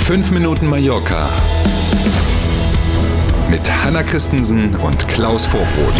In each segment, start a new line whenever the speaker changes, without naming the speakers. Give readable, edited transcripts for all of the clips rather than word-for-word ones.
5 Minuten Mallorca mit Hanna Christensen und Klaus Vorbrot.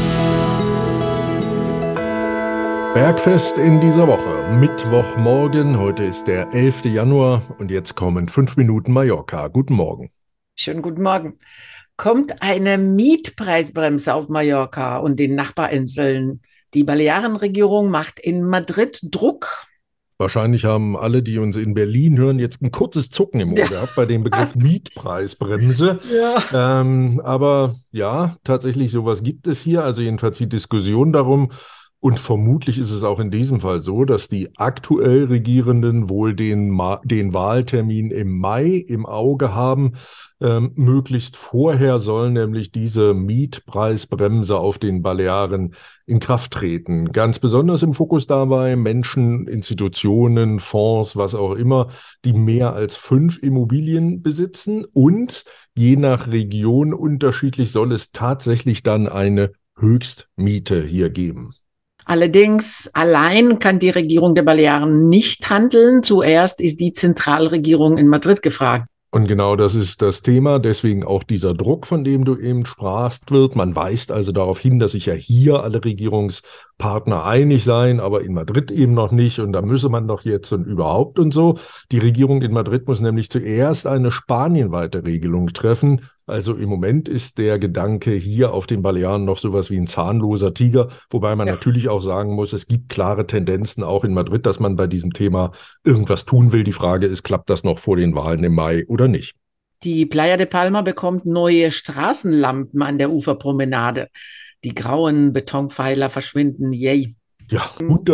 Bergfest in dieser Woche, Mittwochmorgen, heute ist der 11. Januar und jetzt kommen 5 Minuten Mallorca. Guten Morgen.
Schönen guten Morgen. Kommt eine Mietpreisbremse auf Mallorca und den Nachbarinseln? Die Balearenregierung macht in Madrid Druck.
Wahrscheinlich haben alle, die uns in Berlin hören, jetzt ein kurzes Zucken im Ohr gehabt bei dem Begriff Mietpreisbremse.
Ja.
Aber ja, tatsächlich sowas gibt es hier, also jedenfalls die Diskussion darum. Und vermutlich ist es auch in diesem Fall so, dass die aktuell Regierenden wohl den Wahltermin im Mai im Auge haben. Möglichst vorher soll nämlich diese Mietpreisbremse auf den Balearen in Kraft treten. Ganz besonders im Fokus dabei Menschen, Institutionen, Fonds, was auch immer, die mehr als 5 Immobilien besitzen. Und je nach Region unterschiedlich soll es tatsächlich dann eine Höchstmiete hier geben.
Allerdings allein kann die Regierung der Balearen nicht handeln. Zuerst ist die Zentralregierung in Madrid gefragt.
Und genau das ist das Thema, deswegen auch dieser Druck, von dem du eben sprachst, wird. Man weist also darauf hin, dass sich ja hier alle Regierungspartner einig seien, aber in Madrid eben noch nicht und da müsse man doch jetzt und überhaupt und so. Die Regierung in Madrid muss nämlich zuerst eine spanienweite Regelung treffen. Also im Moment ist der Gedanke hier auf den Balearen noch sowas wie ein zahnloser Tiger, wobei man natürlich auch sagen muss, es gibt klare Tendenzen auch in Madrid, dass man bei diesem Thema irgendwas tun will. Die Frage ist, klappt das noch vor den Wahlen im Mai oder nicht?
Die Playa de Palma bekommt neue Straßenlampen an der Uferpromenade. Die grauen Betonpfeiler verschwinden, yay.
Ja,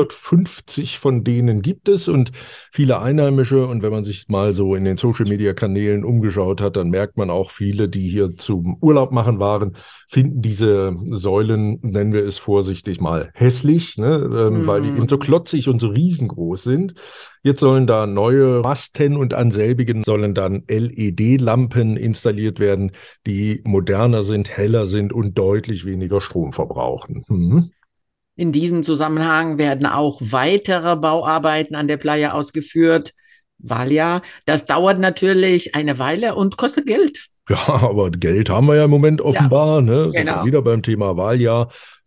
150 von denen gibt es und viele Einheimische. Und wenn man sich mal so in den Social-Media-Kanälen umgeschaut hat, dann merkt man auch viele, die hier zum Urlaub machen waren, finden diese Säulen, nennen wir es vorsichtig mal, hässlich, ne? Weil die eben so klotzig und so riesengroß sind. Jetzt sollen da neue Masten und an selbigen sollen dann LED-Lampen installiert werden, die moderner sind, heller sind und deutlich weniger Strom verbrauchen.
In diesem Zusammenhang werden auch weitere Bauarbeiten an der Playa ausgeführt, weil ja, das dauert natürlich eine Weile und kostet Geld.
Ja, aber Geld haben wir ja im Moment offenbar, ne? Sind
Genau.
wir wieder beim Thema Wahljahr.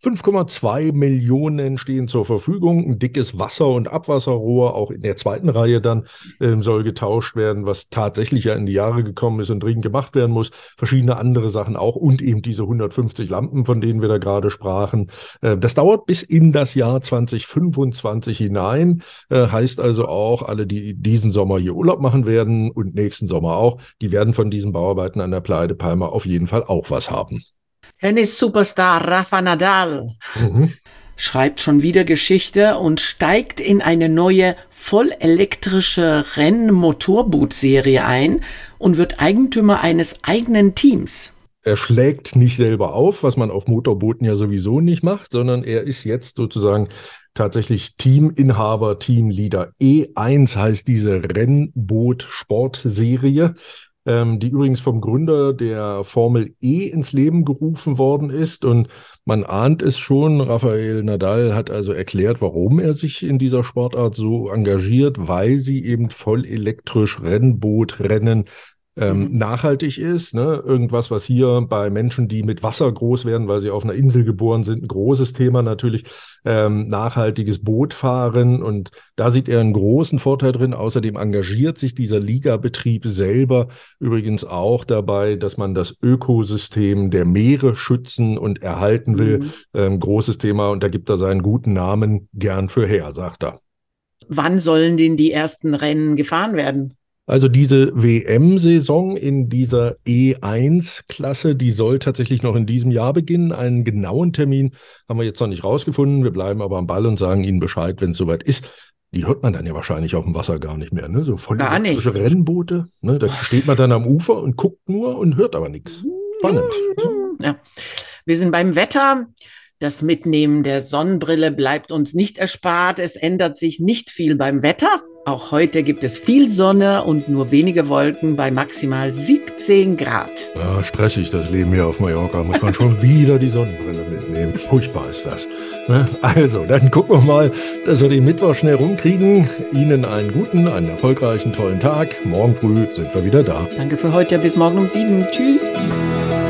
5,2 Millionen stehen zur Verfügung. Ein dickes Wasser- und Abwasserrohr, auch in der zweiten Reihe dann, soll getauscht werden, was tatsächlich ja in die Jahre gekommen ist und dringend gemacht werden muss. Verschiedene andere Sachen auch und eben diese 150 Lampen, von denen wir da gerade sprachen. Das dauert bis in das Jahr 2025 hinein. Heißt also auch, alle, die diesen Sommer hier Urlaub machen werden und nächsten Sommer auch, die werden von diesen Bauarbeiten an der Playa de Palma auf jeden Fall auch was haben.
Tennis-Superstar Rafa Nadal schreibt schon wieder Geschichte und steigt in eine neue vollelektrische Rennmotorboot-Serie ein und wird Eigentümer eines eigenen Teams.
Er schlägt nicht selber auf, was man auf Motorbooten ja sowieso nicht macht, sondern er ist jetzt sozusagen tatsächlich Teaminhaber, Teamleader. E1 heißt diese Rennboot-Sportserie, die übrigens vom Gründer der Formel E ins Leben gerufen worden ist. Und man ahnt es schon, Rafael Nadal hat also erklärt, warum er sich in dieser Sportart so engagiert, weil sie eben voll elektrisch Rennbootrennen nachhaltig ist, ne? Irgendwas, was hier bei Menschen, die mit Wasser groß werden, weil sie auf einer Insel geboren sind, ein großes Thema natürlich, nachhaltiges Bootfahren und da sieht er einen großen Vorteil drin. Außerdem engagiert sich dieser Ligabetrieb selber übrigens auch dabei, dass man das Ökosystem der Meere schützen und erhalten will. Großes Thema und da gibt er seinen guten Namen gern für her, sagt er.
Wann sollen denn die ersten Rennen gefahren werden?
Also diese WM-Saison in dieser E1-Klasse, die soll tatsächlich noch in diesem Jahr beginnen. Einen genauen Termin haben wir jetzt noch nicht rausgefunden. Wir bleiben aber am Ball und sagen Ihnen Bescheid, wenn es soweit ist. Die hört man dann ja wahrscheinlich auf dem Wasser gar nicht mehr, ne? So voll elektrische Rennboote, ne? Da steht man dann am Ufer und guckt nur und hört aber nichts. Spannend.
Ja. Wir sind beim Wetter. Das Mitnehmen der Sonnenbrille bleibt uns nicht erspart. Es ändert sich nicht viel beim Wetter. Auch heute gibt es viel Sonne und nur wenige Wolken bei maximal 17 Grad.
Ja, stressig das Leben hier auf Mallorca. Muss man schon wieder die Sonnenbrille mitnehmen. Furchtbar ist das. Also, dann gucken wir mal, dass wir den Mittwoch schnell rumkriegen. Ihnen einen guten, einen erfolgreichen, tollen Tag. Morgen früh sind wir wieder da.
Danke für heute. Bis morgen um 7. Tschüss.